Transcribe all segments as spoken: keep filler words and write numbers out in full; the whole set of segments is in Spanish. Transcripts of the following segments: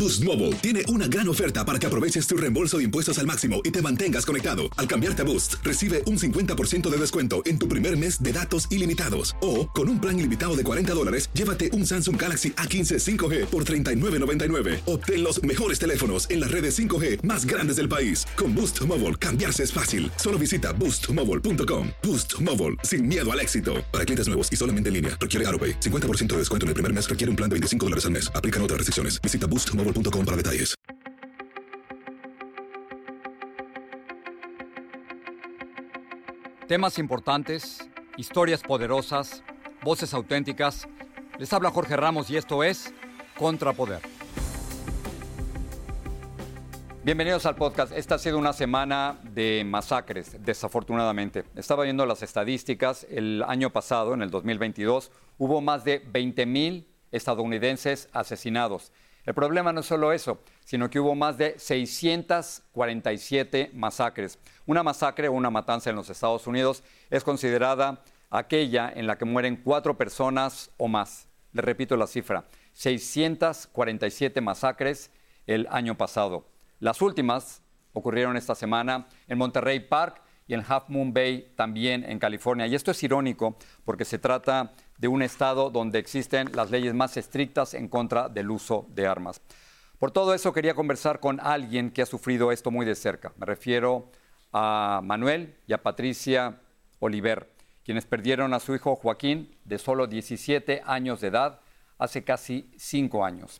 Boost Mobile tiene una gran oferta para que aproveches tu reembolso de impuestos al máximo y te mantengas conectado. Al cambiarte a Boost, recibe un cincuenta por ciento de descuento en tu primer mes de datos ilimitados. O, con un plan ilimitado de cuarenta dólares, llévate un Samsung Galaxy A quince cinco G por treinta y nueve noventa y nueve. Obtén los mejores teléfonos en las redes cinco G más grandes del país. Con Boost Mobile, cambiarse es fácil. Solo visita boost mobile punto com. Boost Mobile, sin miedo al éxito. Para clientes nuevos y solamente en línea, requiere AutoPay. cincuenta por ciento de descuento en el primer mes requiere un plan de veinticinco dólares al mes. Aplican otras restricciones. Visita boost mobile punto com para detalles. Temas importantes, historias poderosas, voces auténticas. Les habla Jorge Ramos y esto es Contrapoder. Bienvenidos al podcast. Esta ha sido una semana de masacres, desafortunadamente. Estaba viendo las estadísticas. El año pasado, en el dos mil veintidós, hubo más de veinte mil estadounidenses asesinados. El problema no es solo eso, sino que hubo más de seiscientas cuarenta y siete masacres. Una masacre o una matanza en los Estados Unidos es considerada aquella en la que mueren cuatro personas o más. Les repito la cifra, seiscientas cuarenta y siete masacres el año pasado. Las últimas ocurrieron esta semana en Monterey Park y en Half Moon Bay, también en California. Y esto es irónico porque se trata de un estado donde existen las leyes más estrictas en contra del uso de armas. Por todo eso quería conversar con alguien que ha sufrido esto muy de cerca. Me refiero a Manuel y a Patricia Oliver, quienes perdieron a su hijo Joaquín, de solo diecisiete años de edad, hace casi cinco años.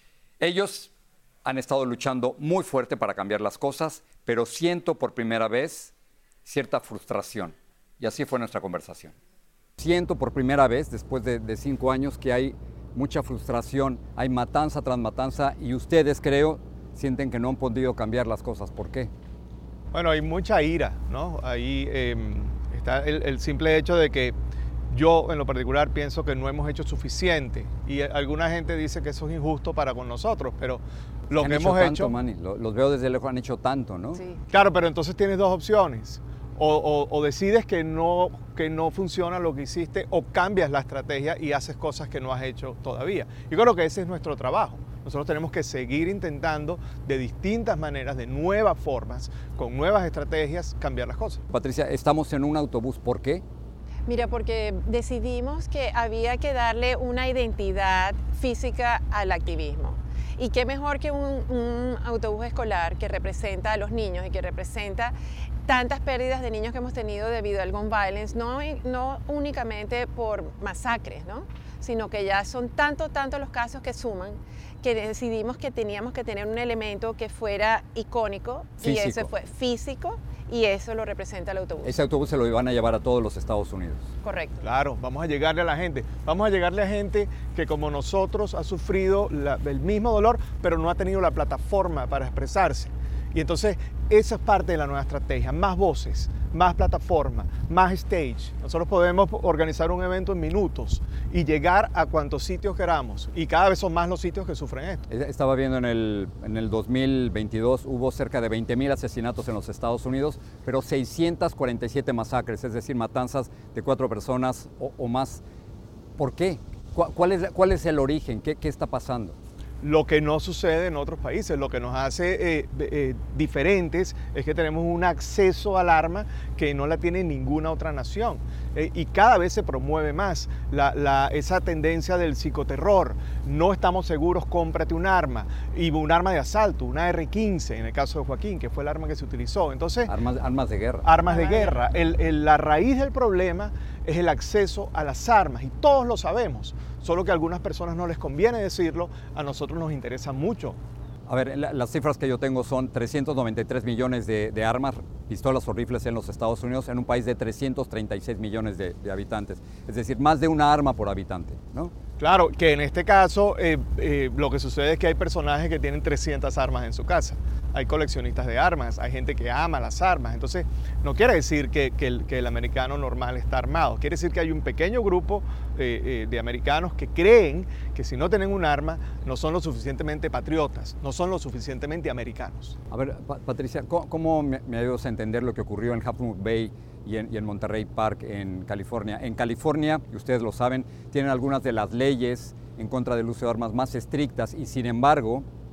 Ellos han estado luchando muy fuerte para cambiar las cosas, pero siento por primera vez cierta frustración. Y así fue nuestra conversación. Siento por primera vez, después de, de cinco años, que hay mucha frustración, hay matanza tras matanza, y ustedes, creo, sienten que no han podido cambiar las cosas. ¿Por qué? Bueno, hay mucha ira, ¿no? Ahí eh, está el, el simple hecho de que yo, en lo particular, pienso que no hemos hecho suficiente. Y alguna gente dice que eso es injusto para con nosotros, pero lo que hemos hecho... hecho... Tanto, Manny. Los veo desde lejos, han hecho tanto, ¿no? Sí. Claro, pero entonces tienes dos opciones. O, o, o decides que no, que no funciona lo que hiciste, o cambias la estrategia y haces cosas que no has hecho todavía. Yo creo que ese es nuestro trabajo. Nosotros tenemos que seguir intentando de distintas maneras, de nuevas formas, con nuevas estrategias, cambiar las cosas. Patricia, estamos en un autobús. ¿Por qué? Mira, porque decidimos que había que darle una identidad física al activismo. Y qué mejor que un, un autobús escolar que representa a los niños y que representa tantas pérdidas de niños que hemos tenido debido al gun violence, no, no únicamente por masacres, ¿no? Sino que ya son tanto, tanto los casos que suman, que decidimos que teníamos que tener un elemento que fuera icónico, físico. Y ese fue físico, y eso lo representa el autobús. Ese autobús se lo iban a llevar a todos los Estados Unidos. Correcto. Claro, vamos a llegarle a la gente. Vamos a llegarle a gente que, como nosotros, ha sufrido la, el mismo dolor, pero no ha tenido la plataforma para expresarse. Y entonces, esa es parte de la nueva estrategia. Más voces, más plataforma, más stage. Nosotros podemos organizar un evento en minutos y llegar a cuantos sitios queramos. Y cada vez son más los sitios que sufren esto. Estaba viendo en el, en el dos mil veintidós hubo cerca de veinte mil asesinatos en los Estados Unidos, pero seiscientas cuarenta y siete masacres, es decir, matanzas de cuatro personas o, o más. ¿Por qué? ¿Cuál es, cuál es el origen? ¿Qué, qué está pasando? Lo que no sucede en otros países, lo que nos hace eh, eh, diferentes es que tenemos un acceso al arma que no la tiene ninguna otra nación. Eh, y cada vez se promueve más la, la, esa tendencia del psicoterror. No estamos seguros, cómprate un arma. Y un arma de asalto, una erre quince en el caso de Joaquín, que fue el arma que se utilizó. Entonces, armas, armas de guerra. Armas de guerra. El, el, la raíz del problema es el acceso a las armas, y todos lo sabemos, solo que a algunas personas no les conviene decirlo, a nosotros nos interesa mucho. A ver, la, las cifras que yo tengo son trescientos noventa y tres millones de, de armas, pistolas o rifles en los Estados Unidos, en un país de trescientos treinta y seis millones de, de habitantes, es decir, más de una arma por habitante, ¿no? Claro, que en este caso eh, eh, lo que sucede es que hay personajes que tienen trescientas armas en su casa. Hay coleccionistas de armas, hay gente que ama las armas. Entonces, no quiere decir que, que, el, que el americano normal está armado. Quiere decir que hay un pequeño grupo eh, eh, de americanos que creen que si no tienen un arma, no son lo suficientemente patriotas, no son lo suficientemente americanos. A ver, Pa- Patricia, ¿cómo, cómo me, me ayudas a entender lo que ocurrió en Half Moon Bay y en, y en Monterey Park, en California? En California, y ustedes lo saben, tienen algunas de las leyes en contra del uso de armas más estrictas, y sin embargo,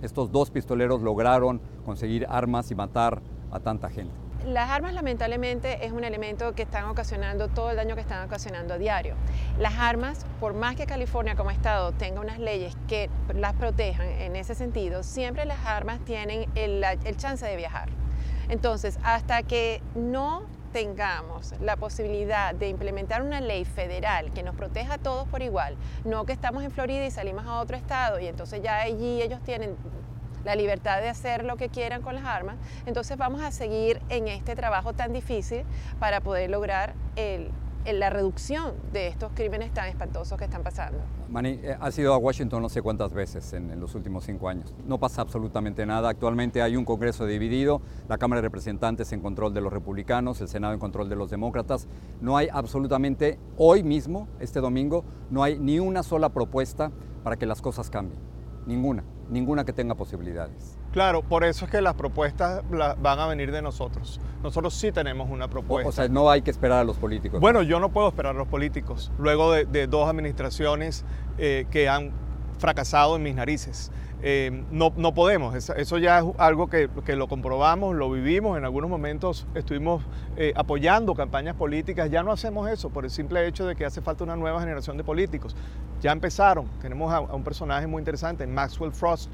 estos dos pistoleros lograron conseguir armas y matar a tanta gente? Las armas lamentablemente es un elemento que están ocasionando todo el daño que están ocasionando a diario. Las armas, por más que California como estado tenga unas leyes que las protejan en ese sentido, siempre las armas tienen el, el chance de viajar. Entonces, hasta que no tengamos la posibilidad de implementar una ley federal que nos proteja a todos por igual, no que estamos en Florida y salimos a otro estado y entonces ya allí ellos tienen la libertad de hacer lo que quieran con las armas, entonces vamos a seguir en este trabajo tan difícil para poder lograr el, el, la reducción de estos crímenes tan espantosos que están pasando. Manny, has ido a Washington no sé cuántas veces en, en los últimos cinco años. No pasa absolutamente nada. Actualmente hay un Congreso dividido, la Cámara de Representantes en control de los republicanos, el Senado en control de los demócratas. No hay absolutamente, hoy mismo, este domingo, no hay ni una sola propuesta para que las cosas cambien. Ninguna. Ninguna que tenga posibilidades. Claro, por eso es que las propuestas van a venir de nosotros. Nosotros sí tenemos una propuesta. O, o sea, no hay que esperar a los políticos. Bueno, yo no puedo esperar a los políticos, luego de, de dos administraciones eh, que han fracasado en mis narices. Eh, no, no podemos, eso, eso ya es algo que, que lo comprobamos, lo vivimos, en algunos momentos estuvimos eh, apoyando campañas políticas, ya no hacemos eso por el simple hecho de que hace falta una nueva generación de políticos. Ya empezaron, tenemos a, a un personaje muy interesante, Maxwell Frost,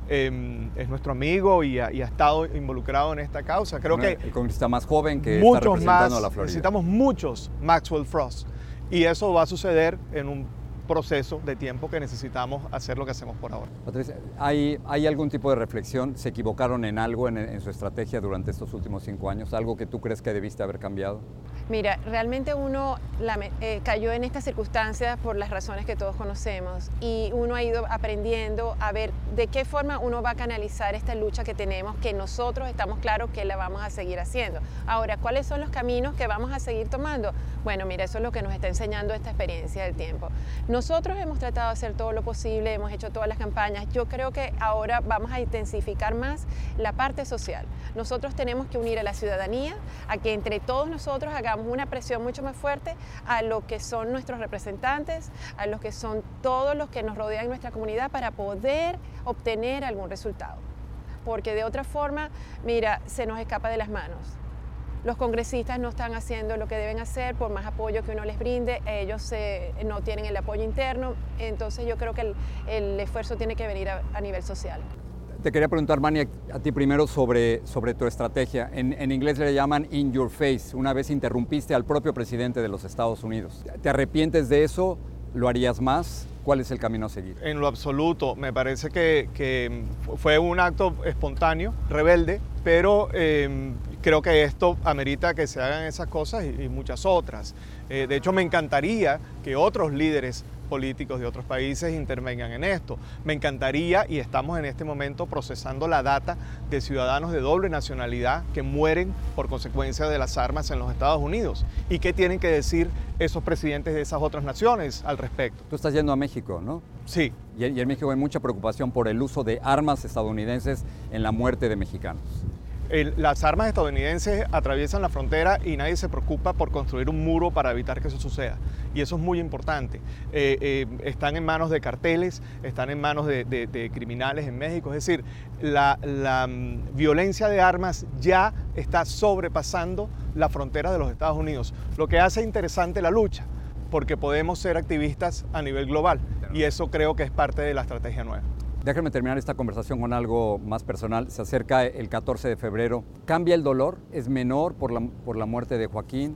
eh, es nuestro amigo y ha, y ha estado involucrado en esta causa. Creo bueno, que el congresista más joven que muchos está representando más, a la Florida. Necesitamos muchos Maxwell Frost y eso va a suceder en un proceso de tiempo que necesitamos hacer lo que hacemos por ahora. Patricia, ¿hay, ¿hay algún tipo de reflexión? ¿Se equivocaron en algo en, en su estrategia durante estos últimos cinco años? ¿Algo que tú crees que debiste haber cambiado? Mira, realmente uno la, eh, cayó en estas circunstancias por las razones que todos conocemos y uno ha ido aprendiendo a ver de qué forma uno va a canalizar esta lucha que tenemos, que nosotros estamos claros que la vamos a seguir haciendo. Ahora, ¿cuáles son los caminos que vamos a seguir tomando? Bueno, mira, eso es lo que nos está enseñando esta experiencia del tiempo. Nosotros hemos tratado de hacer todo lo posible, hemos hecho todas las campañas. Yo creo que ahora vamos a intensificar más la parte social. Nosotros tenemos que unir a la ciudadanía, a que entre todos nosotros hagamos una presión mucho más fuerte a lo que son nuestros representantes, a los que son todos los que nos rodean en nuestra comunidad para poder obtener algún resultado. Porque de otra forma, mira, se nos escapa de las manos. Los congresistas no están haciendo lo que deben hacer por más apoyo que uno les brinde, ellos eh, no tienen el apoyo interno, entonces yo creo que el, el esfuerzo tiene que venir a, a nivel social. Te quería preguntar, Manny, a ti primero sobre, sobre tu estrategia. En, en inglés le llaman in your face. Una vez interrumpiste al propio presidente de los Estados Unidos. ¿Te arrepientes de eso? ¿Lo harías más? ¿Cuál es el camino a seguir? En lo absoluto, me parece que, que fue un acto espontáneo, rebelde, pero eh, creo que esto amerita que se hagan esas cosas y, y muchas otras. Eh, de hecho, me encantaría que otros líderes políticos de otros países intervengan en esto. Me encantaría, y estamos en este momento procesando la data de ciudadanos de doble nacionalidad que mueren por consecuencia de las armas en los Estados Unidos. ¿Y qué tienen que decir esos presidentes de esas otras naciones al respecto? Tú estás yendo a México, ¿no? Sí. Y, y en México hay mucha preocupación por el uso de armas estadounidenses en la muerte de mexicanos. El, las armas estadounidenses atraviesan la frontera y nadie se preocupa por construir un muro para evitar que eso suceda. Y eso es muy importante. Eh, eh, están en manos de carteles, están en manos de, de, de criminales en México. Es decir, la, la um, violencia de armas ya está sobrepasando la frontera de los Estados Unidos. Lo que hace interesante la lucha, porque podemos ser activistas a nivel global. Y eso creo que es parte de la estrategia nueva. Déjame terminar esta conversación con algo más personal. Se acerca el catorce de febrero. ¿Cambia el dolor? ¿Es menor por la, por la muerte de Joaquín?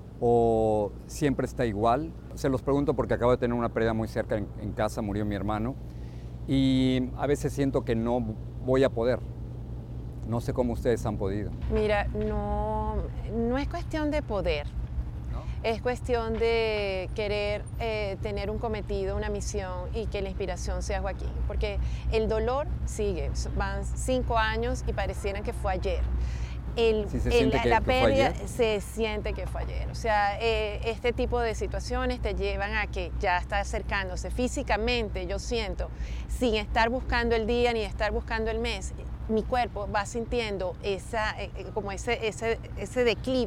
¿O siempre está igual? Se los pregunto porque acabo de tener una pérdida muy cerca en, en casa, murió mi hermano. Y a veces siento que no voy a poder. No sé cómo ustedes han podido. Mira, no, no es cuestión de poder. Es cuestión de querer eh, tener un cometido, una misión y que la inspiración sea Joaquín. Porque el dolor sigue, van cinco años y pareciera que fue ayer. El, sí, se el, que, la que pérdida se siente que fue ayer. O sea, eh, este tipo de situaciones te llevan a que ya está acercándose físicamente, yo siento, sin estar buscando el día ni estar buscando el mes, mi cuerpo va sintiendo esa, eh, como ese, ese, ese declive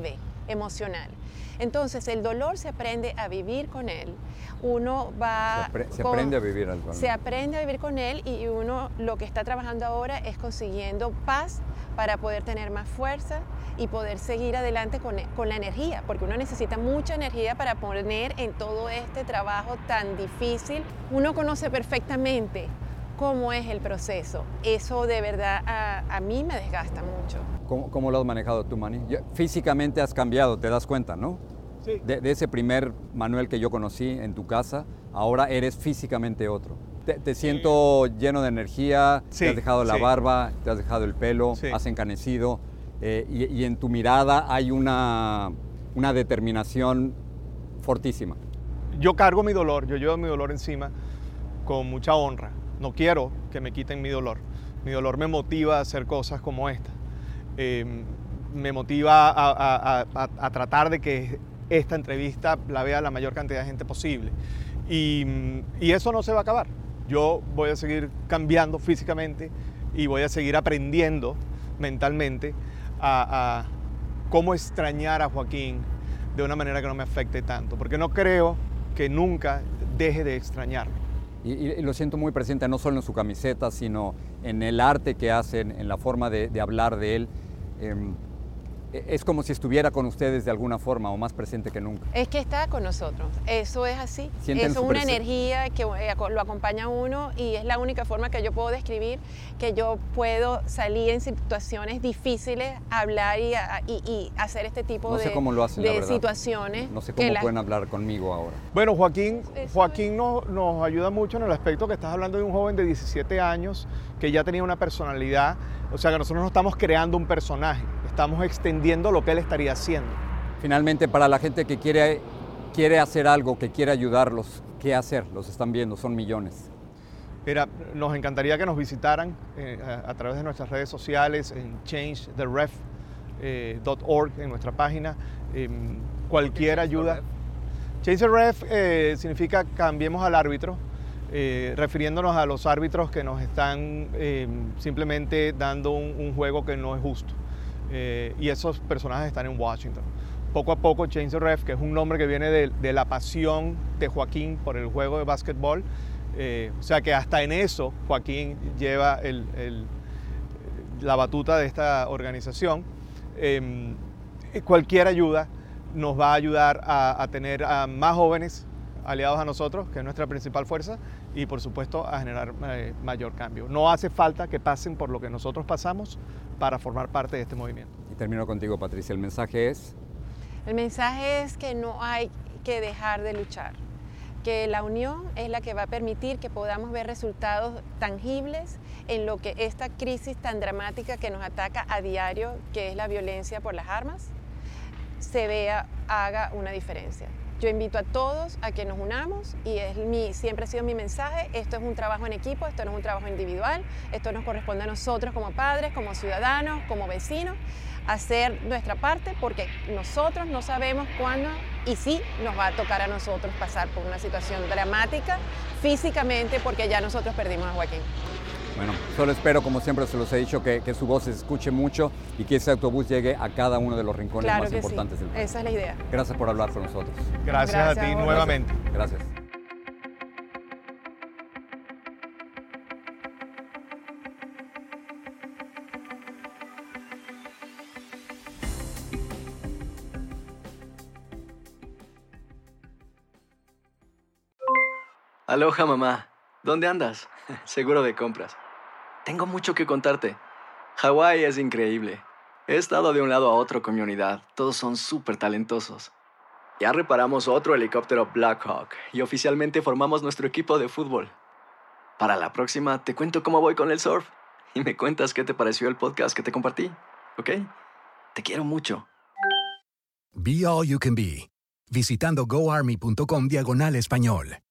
emocional. Entonces, el dolor se aprende a vivir con él. Uno va... Se, apre se con, aprende a vivir al dolor. Se aprende a vivir con él y uno lo que está trabajando ahora es consiguiendo paz para poder tener más fuerza y poder seguir adelante con, con la energía, porque uno necesita mucha energía para poner en todo este trabajo tan difícil. Uno conoce perfectamente cómo es el proceso. Eso de verdad a, a mí me desgasta mucho. ¿Cómo, cómo lo has manejado tú, Manny? Físicamente has cambiado, te das cuenta, ¿no? Sí. De, de ese primer Manuel que yo conocí en tu casa, ahora eres físicamente otro. Te, te siento sí. lleno de energía, sí, te has dejado la sí. barba, te has dejado el pelo, sí. has encanecido eh, y, y en tu mirada hay una, una determinación fortísima. Yo cargo mi dolor, yo llevo mi dolor encima con mucha honra. No quiero que me quiten mi dolor. Mi dolor me motiva a hacer cosas como esta. Eh, me motiva a, a, a, a tratar de que esta entrevista la vea la mayor cantidad de gente posible. Y, y eso no se va a acabar. Yo voy a seguir cambiando físicamente y voy a seguir aprendiendo mentalmente a, a cómo extrañar a Joaquín de una manera que no me afecte tanto, porque no creo que nunca deje de extrañarlo. Y, y lo siento muy presente no solo en su camiseta, sino en el arte que hacen, en la forma de, de hablar de él. Eh, es como si estuviera con ustedes de alguna forma o más presente que nunca. Es que está con nosotros, eso es así. Sienten eso es una energía que lo acompaña a uno y es la única forma que yo puedo describir que yo puedo salir en situaciones difíciles, hablar y, y, y hacer este tipo no sé de, cómo lo hacen, de situaciones. No sé cómo pueden la... hablar conmigo ahora. Bueno, Joaquín, Joaquín nos, nos ayuda mucho en el aspecto que estás hablando de un joven de diecisiete años que ya tenía una personalidad, o sea que nosotros no estamos creando un personaje, estamos extendiendo lo que él estaría haciendo. Finalmente, para la gente que quiere, quiere hacer algo, que quiere ayudarlos, ¿qué hacer? Los están viendo, son millones. Mira, nos encantaría que nos visitaran eh, a, a través de nuestras redes sociales, en change the ref punto org, eh, en nuestra página. Eh, cualquier ayuda. Change the Ref eh, significa cambiemos al árbitro, eh, refiriéndonos a los árbitros que nos están eh, simplemente dando un, un juego que no es justo. Eh, y esos personajes están en Washington. Poco a poco, Change the Ref, que es un nombre que viene de, de la pasión de Joaquín por el juego de básquetbol, eh, o sea que hasta en eso Joaquín lleva el, el, la batuta de esta organización. Eh, cualquier ayuda nos va a ayudar a, a tener a más jóvenes aliados a nosotros, que es nuestra principal fuerza, y por supuesto a generar eh, mayor cambio. No hace falta que pasen por lo que nosotros pasamos para formar parte de este movimiento. Y termino contigo, Patricia. ¿El mensaje es? El mensaje es que no hay que dejar de luchar, que la unión es la que va a permitir que podamos ver resultados tangibles en lo que esta crisis tan dramática que nos ataca a diario, que es la violencia por las armas, se vea, haga una diferencia. Yo invito a todos a que nos unamos y es mi, siempre ha sido mi mensaje, esto es un trabajo en equipo, esto no es un trabajo individual, esto nos corresponde a nosotros como padres, como ciudadanos, como vecinos, hacer nuestra parte porque nosotros no sabemos cuándo y sí nos va a tocar a nosotros pasar por una situación dramática físicamente porque ya nosotros perdimos a Joaquín. Bueno, solo espero, como siempre se los he dicho, que, que su voz se escuche mucho y que ese autobús llegue a cada uno de los rincones claro más que importantes sí. del país. Esa es la idea. Gracias por hablar con nosotros. Gracias, Gracias a ti a nuevamente. Gracias. Aloha, mamá. ¿Dónde andas? Seguro de compras. Tengo mucho que contarte. Hawái es increíble. He estado de un lado a otro con mi unidad. Todos son súper talentosos. Ya reparamos otro helicóptero Blackhawk y oficialmente formamos nuestro equipo de fútbol. Para la próxima te cuento cómo voy con el surf y me cuentas qué te pareció el podcast que te compartí, ¿ok? Te quiero mucho. Be All You Can Be. Visitando goarmy punto com diagonal español.